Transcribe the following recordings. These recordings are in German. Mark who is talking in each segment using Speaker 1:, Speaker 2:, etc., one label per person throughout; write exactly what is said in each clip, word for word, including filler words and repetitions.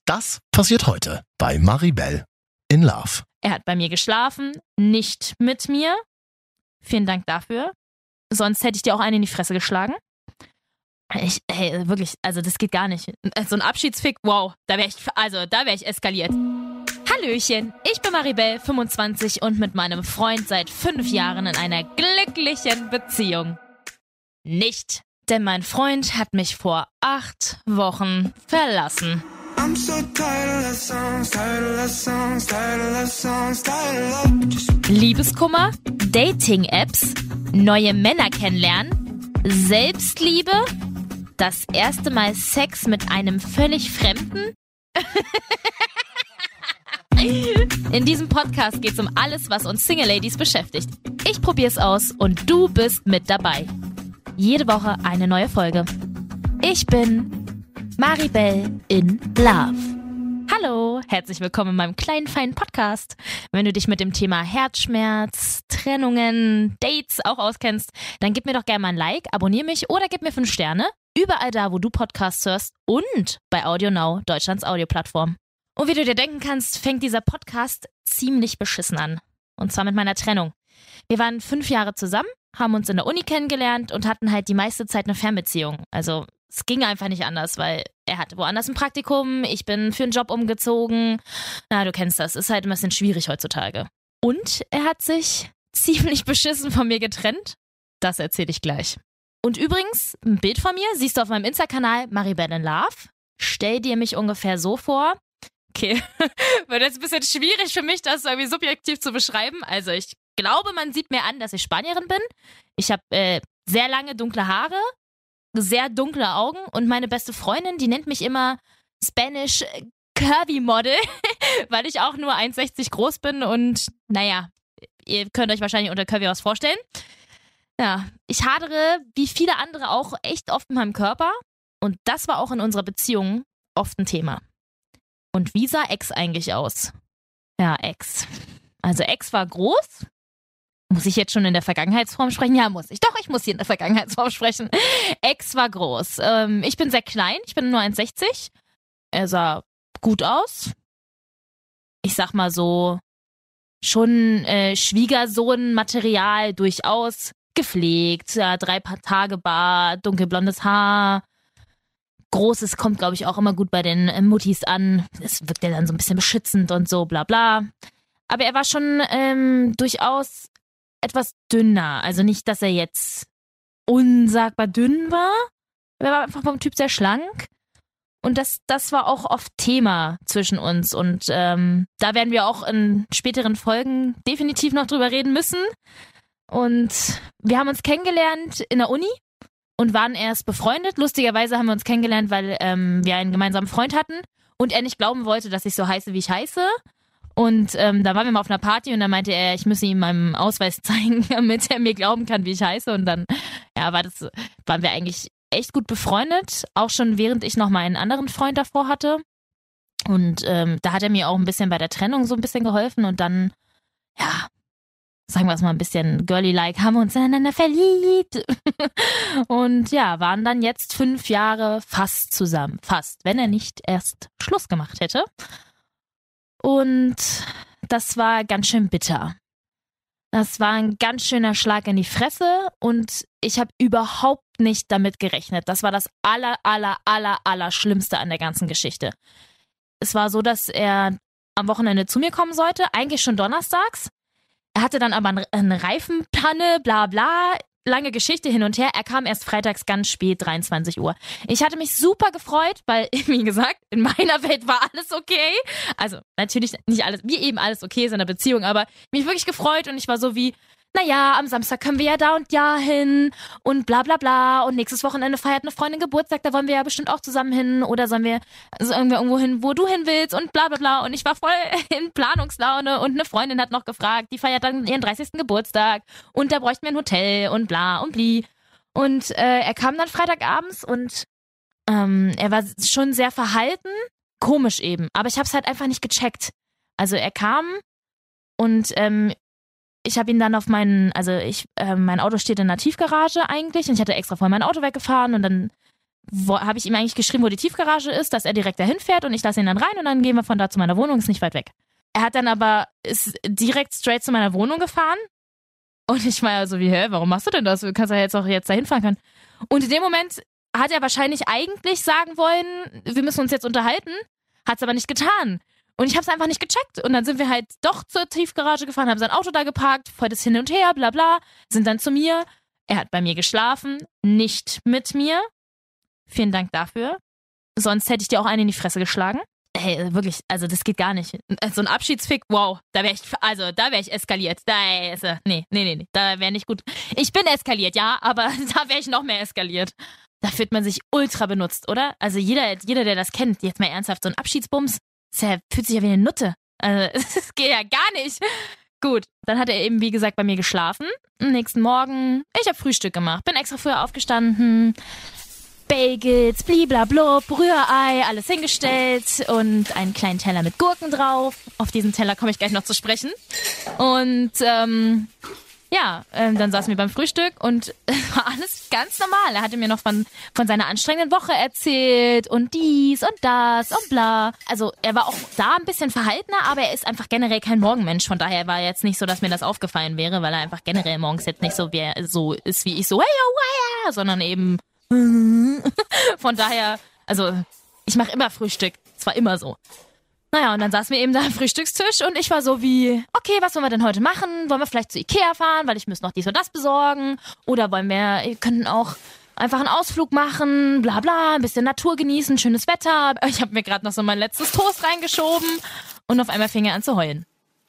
Speaker 1: Das passiert heute bei Maribel in Love.
Speaker 2: Er hat bei mir geschlafen, nicht mit mir. Vielen Dank dafür. Sonst hätte ich dir auch einen in die Fresse geschlagen. Ich, hey, wirklich, also das geht gar nicht. So ein Abschiedsfick, wow, da wäre ich, also da wäre ich eskaliert. Hallöchen, ich bin Maribel, fünfundzwanzig und mit meinem Freund seit fünf Jahren in einer glücklichen Beziehung. Nicht, denn mein Freund hat mich vor acht Wochen verlassen. I'm so tired of songs, tired of songs, tired of songs, tired of... Liebeskummer, Dating-Apps, neue Männer kennenlernen, Selbstliebe, das erste Mal Sex mit einem völlig Fremden. In diesem Podcast geht es um alles, was uns Single-Ladies beschäftigt. Ich probiere es aus und du bist mit dabei. Jede Woche eine neue Folge. Ich bin Maribel in Love. Hallo, herzlich willkommen in meinem kleinen, feinen Podcast. Wenn du dich mit dem Thema Herzschmerz, Trennungen, Dates auch auskennst, dann gib mir doch gerne mal ein Like, abonniere mich oder gib mir fünf Sterne. Überall da, wo du Podcasts hörst und bei AudioNow, Deutschlands Audioplattform. Und wie du dir denken kannst, fängt dieser Podcast ziemlich beschissen an. Und zwar mit meiner Trennung. Wir waren fünf Jahre zusammen, haben uns in der Uni kennengelernt und hatten halt die meiste Zeit eine Fernbeziehung. Also es ging einfach nicht anders, weil er hatte woanders ein Praktikum, ich bin für einen Job umgezogen. Na, du kennst das, ist halt ein bisschen schwierig heutzutage. Und er hat sich ziemlich beschissen von mir getrennt. Das erzähle ich gleich. Und übrigens, ein Bild von mir siehst du auf meinem Insta-Kanal Maribel in Love. Stell dir mich ungefähr so vor. Okay, wird jetzt ein bisschen schwierig für mich, das irgendwie subjektiv zu beschreiben. Also ich glaube, man sieht mir an, dass ich Spanierin bin. Ich habe äh, sehr lange dunkle Haare, sehr dunkle Augen und meine beste Freundin, die nennt mich immer Spanish Curvy Model, weil ich auch nur eins Komma sechzig groß bin und naja, ihr könnt euch wahrscheinlich unter Curvy was vorstellen. Ja, ich hadere, wie viele andere auch, echt oft mit meinem Körper und das war auch in unserer Beziehung oft ein Thema. Und wie sah Ex eigentlich aus? Ja, Ex. Also Ex war groß. Muss ich jetzt schon in der Vergangenheitsform sprechen? Ja, muss ich. Doch, ich muss hier in der Vergangenheitsform sprechen. Ex war groß. Ähm, ich bin sehr klein. Ich bin nur eins Komma sechzig. Er sah gut aus. Ich sag mal so, schon äh, Schwiegersohn-Material durchaus gepflegt. Ja, drei paar Tage Bart, dunkelblondes Haar. Großes kommt, glaube ich, auch immer gut bei den äh, Muttis an. Das wirkt ja dann so ein bisschen beschützend und so, bla bla. Aber er war schon ähm, durchaus etwas dünner. Also nicht, dass er jetzt unsagbar dünn war. Er war einfach vom Typ sehr schlank. Und das, das war auch oft Thema zwischen uns. Und ähm, da werden wir auch in späteren Folgen definitiv noch drüber reden müssen. Und wir haben uns kennengelernt in der Uni und waren erst befreundet. Lustigerweise haben wir uns kennengelernt, weil ähm, wir einen gemeinsamen Freund hatten und er nicht glauben wollte, dass ich so heiße, wie ich heiße. Und ähm, da waren wir mal auf einer Party und dann meinte er, ich müsse ihm meinen Ausweis zeigen, damit er mir glauben kann, wie ich heiße. Und dann ja, war das, waren wir eigentlich echt gut befreundet, auch schon während ich noch meinen anderen Freund davor hatte. Und ähm, da hat er mir auch ein bisschen bei der Trennung so ein bisschen geholfen und dann, ja, sagen wir es mal ein bisschen girly-like, haben wir uns ineinander verliebt. Und ja, waren dann jetzt fünf Jahre fast zusammen. Fast, wenn er nicht erst Schluss gemacht hätte. Und das war ganz schön bitter. Das war ein ganz schöner Schlag in die Fresse und ich habe überhaupt nicht damit gerechnet. Das war das aller, aller, aller, aller Schlimmste an der ganzen Geschichte. Es war so, dass er am Wochenende zu mir kommen sollte, eigentlich schon donnerstags. Er hatte dann aber eine Reifenpanne, bla bla, lange Geschichte hin und her. Er kam erst freitags ganz spät, dreiundzwanzig Uhr. Ich hatte mich super gefreut, weil, wie gesagt, in meiner Welt war alles okay. Also natürlich nicht alles, wie eben alles okay ist in der Beziehung, aber mich wirklich gefreut und ich war so wie, naja, am Samstag können wir ja da und da hin und bla bla bla und nächstes Wochenende feiert eine Freundin Geburtstag, da wollen wir ja bestimmt auch zusammen hin oder sollen wir also irgendwo hin, wo du hin willst und bla bla bla und ich war voll in Planungslaune und eine Freundin hat noch gefragt, die feiert dann ihren dreißigsten Geburtstag und da bräuchten wir ein Hotel und bla und bli und äh, er kam dann Freitagabends und ähm, er war schon sehr verhalten, komisch eben, aber ich hab's halt einfach nicht gecheckt. Also er kam und ähm, ich habe ihn dann auf meinen, also ich, äh, mein Auto steht in der Tiefgarage eigentlich und ich hatte extra vorher mein Auto weggefahren und dann habe ich ihm eigentlich geschrieben, wo die Tiefgarage ist, dass er direkt dahin fährt und ich lasse ihn dann rein und dann gehen wir von da zu meiner Wohnung, ist nicht weit weg. Er hat dann aber, ist direkt straight zu meiner Wohnung gefahren und ich war ja so wie, hä, warum machst du denn das? Du kannst ja jetzt auch jetzt dahin fahren können. Und in dem Moment hat er wahrscheinlich eigentlich sagen wollen, wir müssen uns jetzt unterhalten, hat es aber nicht getan. Und ich habe es einfach nicht gecheckt. Und dann sind wir halt doch zur Tiefgarage gefahren, haben sein Auto da geparkt, voll das hin und her, bla bla, sind dann zu mir. Er hat bei mir geschlafen, nicht mit mir. Vielen Dank dafür. Sonst hätte ich dir auch einen in die Fresse geschlagen. Hey, wirklich, also das geht gar nicht. So ein Abschiedsfick, wow, da wäre ich, also da wäre ich eskaliert. Da, also, nee, nee, nee, nee, da wäre nicht gut. Ich bin eskaliert, ja, aber da wäre ich noch mehr eskaliert. Da fühlt man sich ultra benutzt, oder? Also jeder, jeder, der das kennt, jetzt mal ernsthaft, so ein Abschiedsbums, das fühlt sich ja wie eine Nutte. Also das geht ja gar nicht. Gut, dann hat er eben, wie gesagt, bei mir geschlafen. Am nächsten Morgen, ich habe Frühstück gemacht, bin extra früher aufgestanden, Bagels, bliblablub, Rührei, alles hingestellt und einen kleinen Teller mit Gurken drauf. Auf diesen Teller komme ich gleich noch zu sprechen. Und ähm, ja, ähm, dann saßen wir beim Frühstück und es war alles ganz normal. Er hatte mir noch von, von seiner anstrengenden Woche erzählt und dies und das und bla. Also er war auch da ein bisschen verhaltener, aber er ist einfach generell kein Morgenmensch. Von daher war jetzt nicht so, dass mir das aufgefallen wäre, weil er einfach generell morgens jetzt nicht so, wie, so ist wie ich so, hey, oh, hey, sondern eben von daher, also ich mache immer Frühstück. Es war immer so. Naja, und dann saßen wir eben da am Frühstückstisch und ich war so wie, okay, was wollen wir denn heute machen? Wollen wir vielleicht zu Ikea fahren, weil ich muss noch dies und das besorgen? Oder wollen wir, wir könnten auch einfach einen Ausflug machen, bla bla, ein bisschen Natur genießen, schönes Wetter. Ich habe mir gerade noch so mein letztes Toast reingeschoben und auf einmal fing er an zu heulen.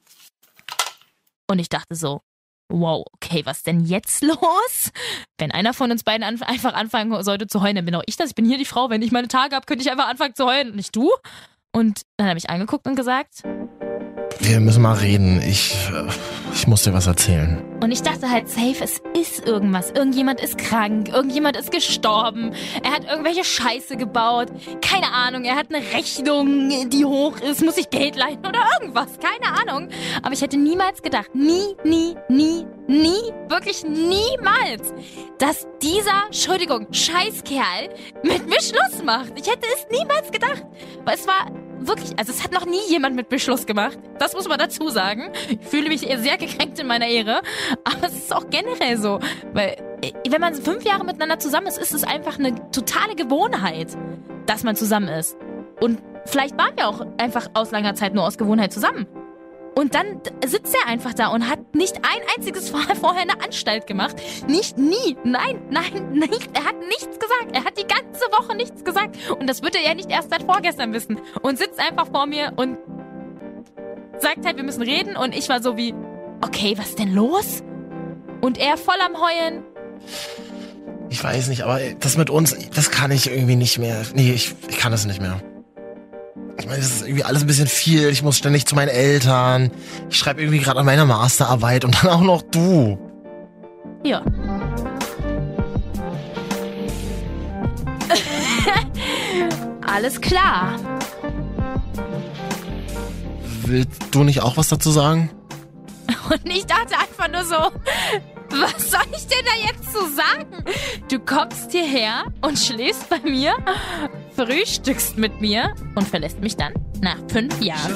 Speaker 2: Und ich dachte so, wow, okay, was denn jetzt los? Wenn einer von uns beiden anf- einfach anfangen sollte zu heulen, dann bin auch ich das. Ich bin hier die Frau. Wenn ich meine Tage habe, könnte ich einfach anfangen zu heulen, nicht du? Und dann habe ich angeguckt und gesagt,
Speaker 1: wir müssen mal reden. Ich, ich muss dir was erzählen.
Speaker 2: Und ich dachte halt, safe, es ist irgendwas. Irgendjemand ist krank, irgendjemand ist gestorben. Er hat irgendwelche Scheiße gebaut. Keine Ahnung, er hat eine Rechnung, die hoch ist, muss ich Geld leihen oder irgendwas. Keine Ahnung. Aber ich hätte niemals gedacht, nie, nie, nie, nie, wirklich niemals, dass dieser, Entschuldigung, Scheißkerl mit mir Schluss macht. Ich hätte es niemals gedacht. Weil es war wirklich, also es hat noch nie jemand mit mir Schluss gemacht. Das muss man dazu sagen. Ich fühle mich sehr gekränkt in meiner Ehre. Aber es ist auch generell so. Weil, wenn man fünf Jahre miteinander zusammen ist, ist es einfach eine totale Gewohnheit, dass man zusammen ist. Und vielleicht waren wir auch einfach aus langer Zeit nur aus Gewohnheit zusammen. Und dann sitzt er einfach da und hat nicht ein einziges Mal vorher eine Anstalt gemacht. Nicht, nie. Nein, nein, nicht. Er hat nichts gesagt. Er hat die ganze Woche nichts gesagt. Und das wird er ja nicht erst seit vorgestern wissen. Und sitzt einfach vor mir und sagt halt, wir müssen reden. Und ich war so wie, okay, was ist denn los? Und er voll am Heulen.
Speaker 1: Ich weiß nicht, aber das mit uns, das kann ich irgendwie nicht mehr. Nee, ich, ich kann das nicht mehr. Ich meine, das ist irgendwie alles ein bisschen viel. Ich muss ständig zu meinen Eltern. Ich schreibe irgendwie gerade an meiner Masterarbeit und dann auch noch du.
Speaker 2: Ja. Alles klar.
Speaker 1: Willst du nicht auch was dazu sagen?
Speaker 2: Und ich dachte einfach nur so, was soll ich denn da jetzt zu sagen? Du kommst hierher und schläfst bei mir, frühstückst mit mir und verlässt mich dann nach fünf Jahren.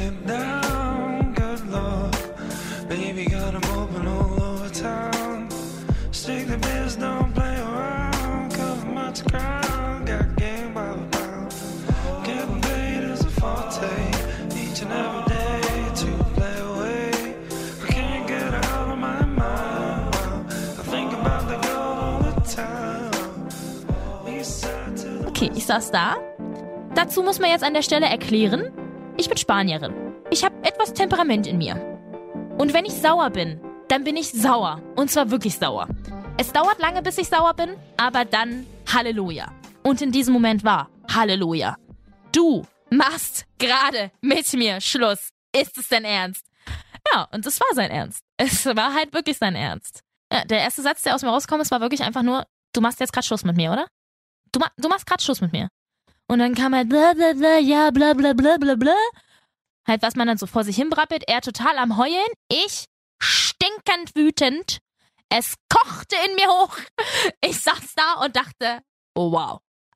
Speaker 2: Okay, ich saß da. Dazu muss man jetzt an der Stelle erklären, ich bin Spanierin. Ich habe etwas Temperament in mir. Und wenn ich sauer bin, dann bin ich sauer. Und zwar wirklich sauer. Es dauert lange, bis ich sauer bin, aber dann Halleluja. Und in diesem Moment war Halleluja. Du machst gerade mit mir Schluss. Ist es denn ernst? Ja, und es war sein Ernst. Es war halt wirklich sein Ernst. Ja, der erste Satz, der aus mir rauskommt, es war wirklich einfach nur, du machst jetzt gerade Schluss mit mir, oder? Du, ma- du machst gerade Schluss mit mir. Und dann kam halt bla bla bla, ja bla bla bla bla bla. Halt, was man dann so vor sich hin brabbelt. Er total am Heulen. Ich stinkend wütend. Es kochte in mir hoch. Ich saß da und dachte, oh wow.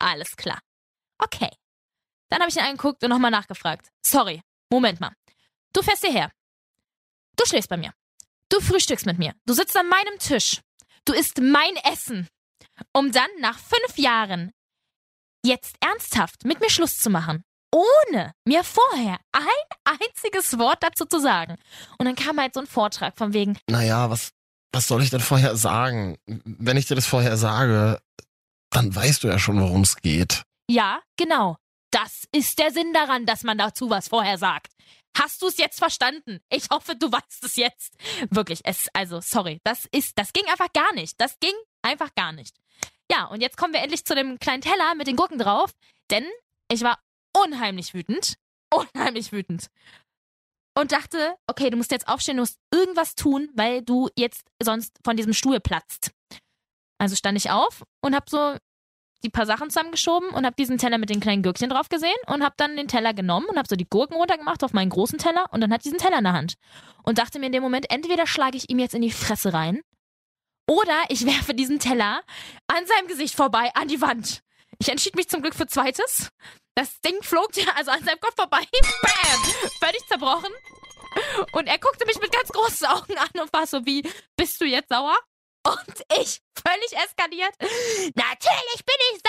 Speaker 2: Alles klar. Okay. Dann habe ich ihn angeguckt und nochmal nachgefragt. Sorry, Moment mal. Du fährst hierher. Du schläfst bei mir. Du frühstückst mit mir. Du sitzt an meinem Tisch. Du isst mein Essen. Um dann nach fünf Jahren jetzt ernsthaft mit mir Schluss zu machen. Ohne mir vorher ein einziges Wort dazu zu sagen. Und dann kam halt so ein Vortrag von wegen...
Speaker 1: Naja, was, was soll ich denn vorher sagen? Wenn ich dir das vorher sage, dann weißt du ja schon, worum es geht.
Speaker 2: Ja, genau. Das ist der Sinn daran, dass man dazu was vorher sagt. Hast du es jetzt verstanden? Ich hoffe, du weißt es jetzt. Wirklich, es, also, sorry, das ist, das ging einfach gar nicht. Das ging einfach gar nicht. Ja, und jetzt kommen wir endlich zu dem kleinen Teller mit den Gurken drauf, denn ich war unheimlich wütend. Unheimlich wütend. Und dachte, okay, du musst jetzt aufstehen, du musst irgendwas tun, weil du jetzt sonst von diesem Stuhl platzt. Also stand ich auf und hab so die paar Sachen zusammengeschoben und hab diesen Teller mit den kleinen Gürkchen drauf gesehen und hab dann den Teller genommen und hab so die Gurken runtergemacht auf meinen großen Teller und dann hat diesen Teller in der Hand. Und dachte mir in dem Moment, entweder schlage ich ihm jetzt in die Fresse rein oder ich werfe diesen Teller an seinem Gesicht vorbei an die Wand. Ich entschied mich zum Glück für Zweites. Das Ding flog ja also an seinem Kopf vorbei. Bam! Völlig zerbrochen. Und er guckte mich mit ganz großen Augen an und war so wie, bist du jetzt sauer? Und ich, völlig eskaliert. Natürlich bin ich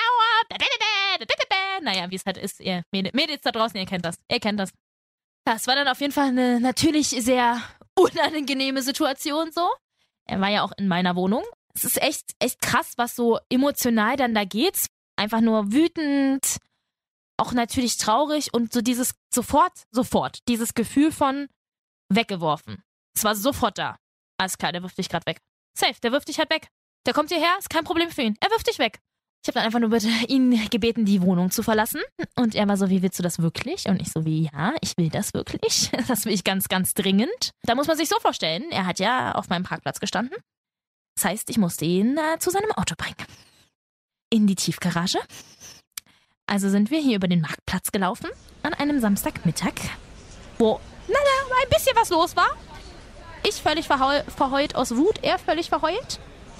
Speaker 2: sauer. Naja, wie es halt ist, ihr Mädels da draußen, ihr kennt das. Ihr kennt das. Das war dann auf jeden Fall eine natürlich sehr unangenehme Situation so. Er war ja auch in meiner Wohnung. Es ist echt, echt krass, was so emotional dann da geht. Einfach nur wütend, auch natürlich traurig und so dieses sofort, sofort, dieses Gefühl von weggeworfen. Es war sofort da. Alles klar, der wirft dich gerade weg. Safe, der wirft dich halt weg. Der kommt hierher, ist kein Problem für ihn. Er wirft dich weg. Ich habe dann einfach nur bitte ihn gebeten, die Wohnung zu verlassen. Und er war so, wie willst du das wirklich? Und ich so, wie, ja, ich will das wirklich. Das will ich ganz, ganz dringend. Da muss man sich so vorstellen, er hat ja auf meinem Parkplatz gestanden. Das heißt, ich musste ihn äh, zu seinem Auto bringen. In die Tiefgarage. Also sind wir hier über den Marktplatz gelaufen, an einem Samstagmittag, wo, naja, ein bisschen was los war. Ich völlig verheul, verheult aus Wut, er völlig verheult.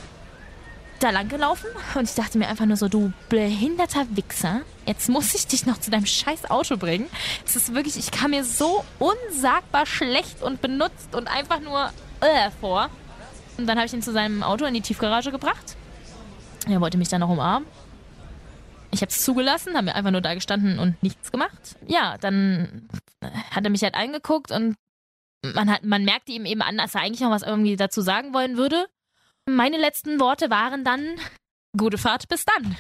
Speaker 2: Da lang gelaufen und ich dachte mir einfach nur so, du behinderter Wichser, jetzt muss ich dich noch zu deinem scheiß Auto bringen. Es ist wirklich, ich kam mir so unsagbar schlecht und benutzt und einfach nur äh, vor. Und dann habe ich ihn zu seinem Auto in die Tiefgarage gebracht. Er wollte mich dann noch umarmen. Ich habe es zugelassen, habe mir einfach nur da gestanden und nichts gemacht. Ja, dann hat er mich halt angeguckt und man, hat, man merkte ihm eben an, dass er eigentlich noch was irgendwie dazu sagen wollen würde. Meine letzten Worte waren dann, gute Fahrt, bis dann.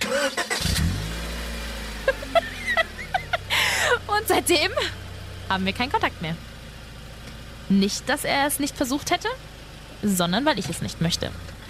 Speaker 2: Und seitdem haben wir keinen Kontakt mehr. Nicht, dass er es nicht versucht hätte, sondern weil ich es nicht möchte.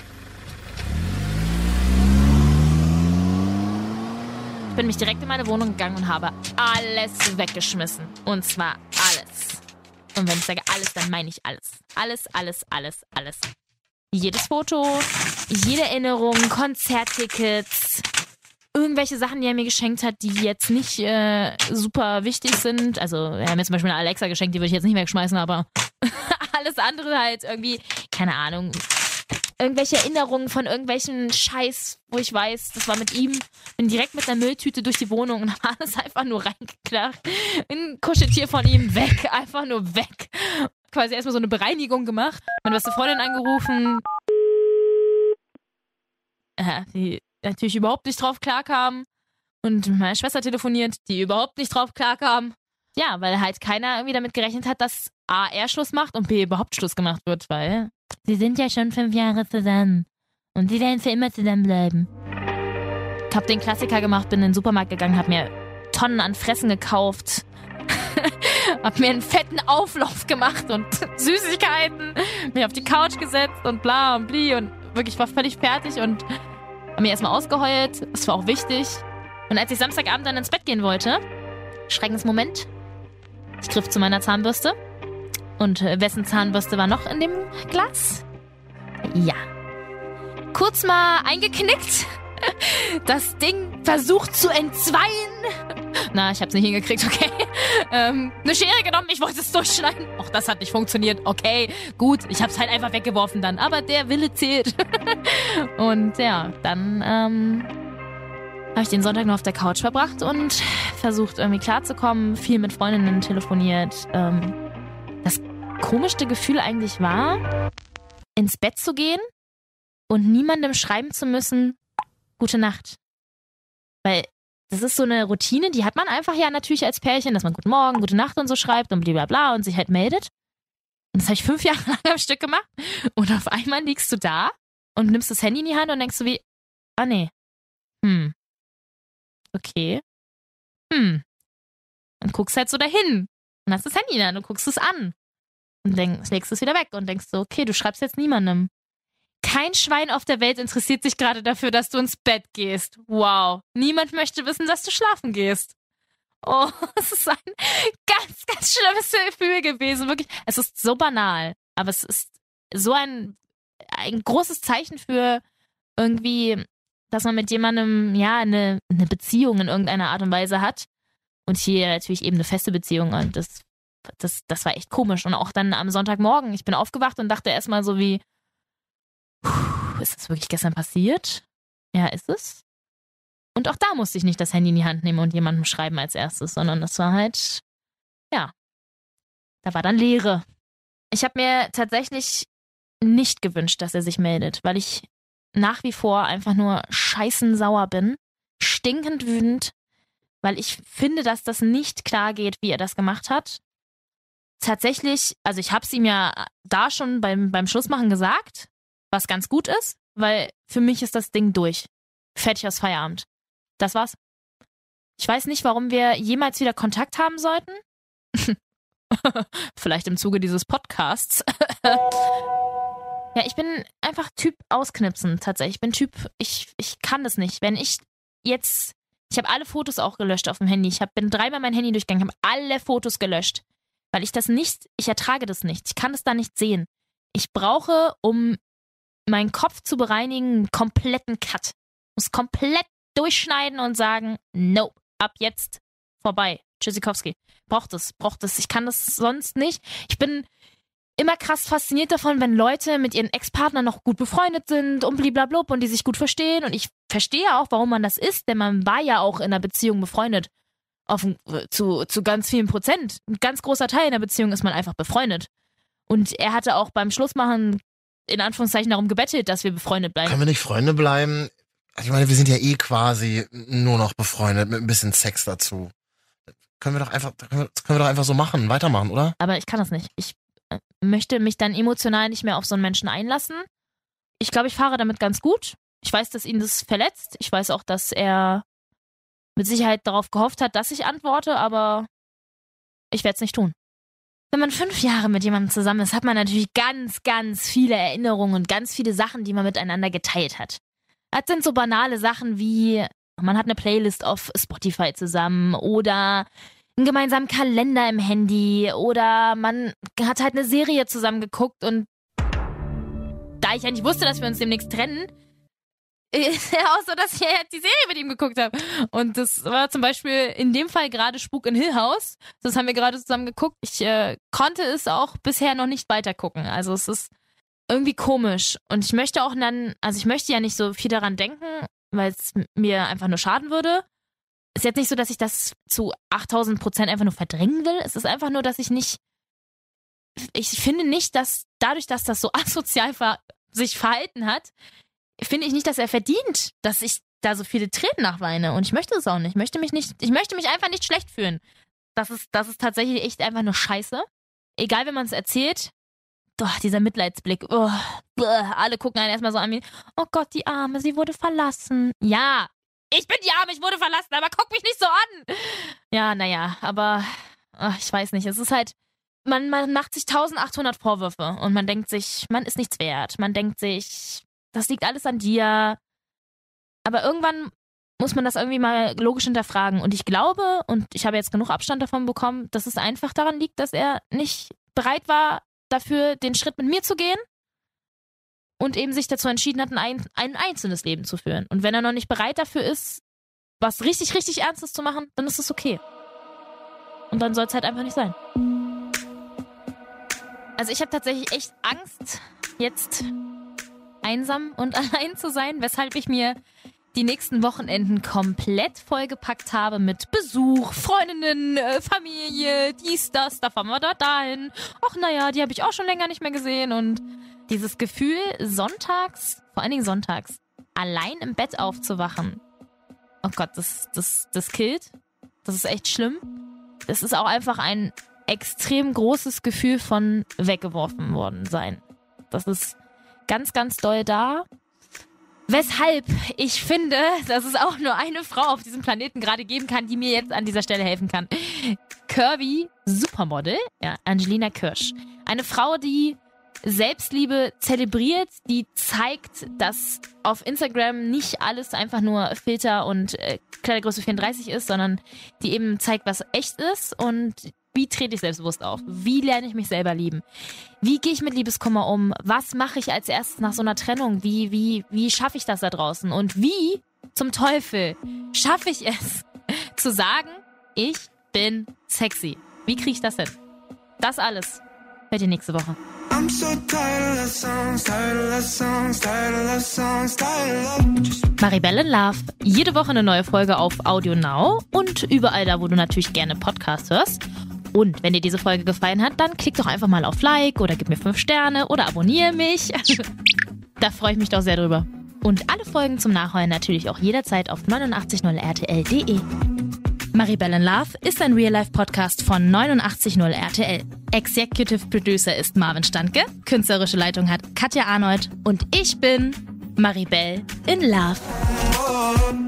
Speaker 2: Ich bin mich direkt in meine Wohnung gegangen und habe alles weggeschmissen. Und zwar alles. Und wenn ich sage alles, dann meine ich alles. Alles, alles, alles, alles. Jedes Foto, jede Erinnerung, Konzerttickets, irgendwelche Sachen, die er mir geschenkt hat, die jetzt nicht äh, super wichtig sind. Also er hat mir zum Beispiel eine Alexa geschenkt, die würde ich jetzt nicht wegschmeißen, aber alles andere halt irgendwie, keine Ahnung, irgendwelche Erinnerungen von irgendwelchen Scheiß, wo ich weiß, das war mit ihm. Bin direkt mit einer Mülltüte durch die Wohnung und habe alles einfach nur reingeklappt. Ein Kuscheltier von ihm weg, einfach nur weg. Quasi erstmal so eine Bereinigung gemacht. Meine beste Freundin angerufen. Ja, die natürlich überhaupt nicht drauf klarkam. Und mit meiner Schwester telefoniert, die überhaupt nicht drauf klarkam. Ja, weil halt keiner irgendwie damit gerechnet hat, dass A, er Schluss macht und B, überhaupt Schluss gemacht wird, weil sie sind ja schon fünf Jahre zusammen. Und sie werden für immer zusammenbleiben. Ich hab den Klassiker gemacht, bin in den Supermarkt gegangen, hab mir Tonnen an Fressen gekauft. Hab mir einen fetten Auflauf gemacht und Süßigkeiten, mich auf die Couch gesetzt und bla und bli und wirklich war völlig fertig und hab mir erstmal ausgeheult. Das war auch wichtig. Und als ich Samstagabend dann ins Bett gehen wollte, Schreckensmoment, ich griff zu meiner Zahnbürste. Und wessen Zahnbürste war noch in dem Glas? Ja. Kurz mal eingeknickt. Das Ding versucht zu entzweien. Na, ich hab's nicht hingekriegt, okay. Ähm, eine Schere genommen, ich wollte es durchschneiden. Auch das hat nicht funktioniert. Okay, gut, ich hab's halt einfach weggeworfen dann. Aber der Wille zählt. Und ja, dann ähm, habe ich den Sonntag nur auf der Couch verbracht und versucht irgendwie klarzukommen, viel mit Freundinnen telefoniert. Ähm, das komischste Gefühl eigentlich war, ins Bett zu gehen und niemandem schreiben zu müssen, gute Nacht. Weil das ist so eine Routine, die hat man einfach ja natürlich als Pärchen, dass man guten Morgen, gute Nacht und so schreibt und blablabla und sich halt meldet. Und das habe ich fünf Jahre lang am Stück gemacht. Und auf einmal liegst du da und nimmst das Handy in die Hand und denkst so wie, ah nee, hm, okay, hm. Und guckst halt so dahin und hast das Handy in der Hand und guckst es an. Und denkst, legst es wieder weg und denkst so, okay, du schreibst jetzt niemandem. Kein Schwein auf der Welt interessiert sich gerade dafür, dass du ins Bett gehst. Wow. Niemand möchte wissen, dass du schlafen gehst. Oh, es ist ein ganz, ganz schlimmes Gefühl gewesen. Wirklich. Es ist so banal. Aber es ist so ein, ein großes Zeichen für irgendwie, dass man mit jemandem, ja, eine, eine Beziehung in irgendeiner Art und Weise hat. Und hier natürlich eben eine feste Beziehung. Und das, das, das war echt komisch. Und auch dann am Sonntagmorgen. Ich bin aufgewacht und dachte erstmal so wie, ist das wirklich gestern passiert? Ja, ist es. Und auch da musste ich nicht das Handy in die Hand nehmen und jemandem schreiben als erstes, sondern das war halt, ja, da war dann Leere. Ich habe mir tatsächlich nicht gewünscht, dass er sich meldet, weil ich nach wie vor einfach nur scheißensauer bin, stinkend wütend, weil ich finde, dass das nicht klar geht, wie er das gemacht hat. Tatsächlich, also ich habe es ihm ja da schon beim, beim Schlussmachen gesagt, was ganz gut ist, weil für mich ist das Ding durch. Fertig aus Feierabend. Das war's. Ich weiß nicht, warum wir jemals wieder Kontakt haben sollten. Vielleicht im Zuge dieses Podcasts. Ja, ich bin einfach Typ ausknipsen, tatsächlich. Ich bin Typ, ich, ich kann das nicht. Wenn ich jetzt, ich habe alle Fotos auch gelöscht auf dem Handy. Ich hab, bin dreimal mein Handy durchgegangen, habe alle Fotos gelöscht. Weil ich das nicht, ich ertrage das nicht. Ich kann das da nicht sehen. Ich brauche, um meinen Kopf zu bereinigen, einen kompletten Cut. Muss komplett durchschneiden und sagen, nope, ab jetzt vorbei. Tschüssikowski. Braucht es, braucht es. Ich kann das sonst nicht. Ich bin immer krass fasziniert davon, wenn Leute mit ihren Ex-Partnern noch gut befreundet sind und bliblablub und die sich gut verstehen. Und ich verstehe auch, warum man das ist, denn man war ja auch in einer Beziehung befreundet. Auf, zu, zu ganz vielen Prozent. Ein ganz großer Teil in der Beziehung ist man einfach befreundet. Und er hatte auch beim Schlussmachen in Anführungszeichen darum gebettelt, dass wir befreundet bleiben.
Speaker 1: Können wir nicht Freunde bleiben? Ich meine, wir sind ja eh quasi nur noch befreundet mit ein bisschen Sex dazu. Können wir doch einfach, können wir, können wir doch einfach so machen, weitermachen, oder?
Speaker 2: Aber ich kann das nicht. Ich äh, möchte mich dann emotional nicht mehr auf so einen Menschen einlassen. Ich glaube, ich fahre damit ganz gut. Ich weiß, dass ihn das verletzt. Ich weiß auch, dass er mit Sicherheit darauf gehofft hat, dass ich antworte, aber ich werde es nicht tun. Wenn man fünf Jahre mit jemandem zusammen ist, hat man natürlich ganz, ganz viele Erinnerungen und ganz viele Sachen, die man miteinander geteilt hat. Das sind so banale Sachen wie, man hat eine Playlist auf Spotify zusammen oder einen gemeinsamen Kalender im Handy oder man hat halt eine Serie zusammen geguckt und da ich ja nicht wusste, dass wir uns demnächst trennen, ist ja auch so, dass ich ja die Serie mit ihm geguckt habe. Und das war zum Beispiel in dem Fall gerade Spuk in Hill House. Das haben wir gerade zusammen geguckt. Ich äh, konnte es auch bisher noch nicht weitergucken. Also es ist irgendwie komisch. Und ich möchte auch dann, also ich möchte ja nicht so viel daran denken, weil es mir einfach nur schaden würde. Ist jetzt nicht so, dass ich das zu achttausend Prozent einfach nur verdrängen will. Es ist einfach nur, dass ich nicht, ich finde nicht, dass dadurch, dass das so asozial ver- sich verhalten hat, finde ich nicht, dass er verdient, dass ich da so viele Tränen nachweine. Und ich möchte es auch nicht. Ich möchte mich nicht, ich möchte mich einfach nicht schlecht fühlen. Das ist, das ist tatsächlich echt einfach nur Scheiße. Egal, wenn man es erzählt. Doch, dieser Mitleidsblick. Oh, alle gucken einen erstmal so an wie, oh Gott, die Arme, sie wurde verlassen. Ja, ich bin die Arme, ich wurde verlassen, aber guck mich nicht so an. Ja, naja, aber ach, ich weiß nicht. Es ist halt, man, man macht sich eintausendachthundert Vorwürfe und man denkt sich, man ist nichts wert. Man denkt sich, das liegt alles an dir. Aber irgendwann muss man das irgendwie mal logisch hinterfragen. Und ich glaube, und ich habe jetzt genug Abstand davon bekommen, dass es einfach daran liegt, dass er nicht bereit war, dafür den Schritt mit mir zu gehen und eben sich dazu entschieden hat, ein, ein einzelnes Leben zu führen. Und wenn er noch nicht bereit dafür ist, was richtig, richtig Ernstes zu machen, dann ist es okay. Und dann soll es halt einfach nicht sein. Also ich habe tatsächlich echt Angst, jetzt einsam und allein zu sein, weshalb ich mir die nächsten Wochenenden komplett vollgepackt habe mit Besuch, Freundinnen, äh, Familie, dies, das, da fahren wir da dahin. Ach naja, die habe ich auch schon länger nicht mehr gesehen. Und dieses Gefühl, sonntags, vor allen Dingen sonntags, allein im Bett aufzuwachen. Oh Gott, das, das, das killt. Das ist echt schlimm. Das ist auch einfach ein extrem großes Gefühl von weggeworfen worden sein. Das ist ganz, ganz doll da. Weshalb ich finde, dass es auch nur eine Frau auf diesem Planeten gerade geben kann, die mir jetzt an dieser Stelle helfen kann. Curvy Supermodel, ja, Angelina Kirsch. Eine Frau, die Selbstliebe zelebriert, die zeigt, dass auf Instagram nicht alles einfach nur Filter und äh, Kleidergröße vierunddreißig ist, sondern die eben zeigt, was echt ist und wie trete ich selbstbewusst auf? Wie lerne ich mich selber lieben? Wie gehe ich mit Liebeskummer um? Was mache ich als erstes nach so einer Trennung? Wie, wie, wie schaffe ich das da draußen? Und wie zum Teufel schaffe ich es, zu sagen, ich bin sexy? Wie kriege ich das hin? Das alles hört ihr nächste Woche. I'm so tired of songs, tired of songs, tired of songs, tired of... Maribel in Love. Jede Woche eine neue Folge auf Audio Now und überall da, wo du natürlich gerne Podcast hörst. Und wenn dir diese Folge gefallen hat, dann klick doch einfach mal auf Like oder gib mir fünf Sterne oder abonniere mich. Da freue ich mich doch sehr drüber. Und alle Folgen zum Nachhören natürlich auch jederzeit auf neunundachtzig null R T L Punkt de. Maribel in Love ist ein Real-Life-Podcast von neunundachtzig null R T L. Executive Producer ist Marvin Standke, künstlerische Leitung hat Katja Arnold und ich bin Maribel in Love.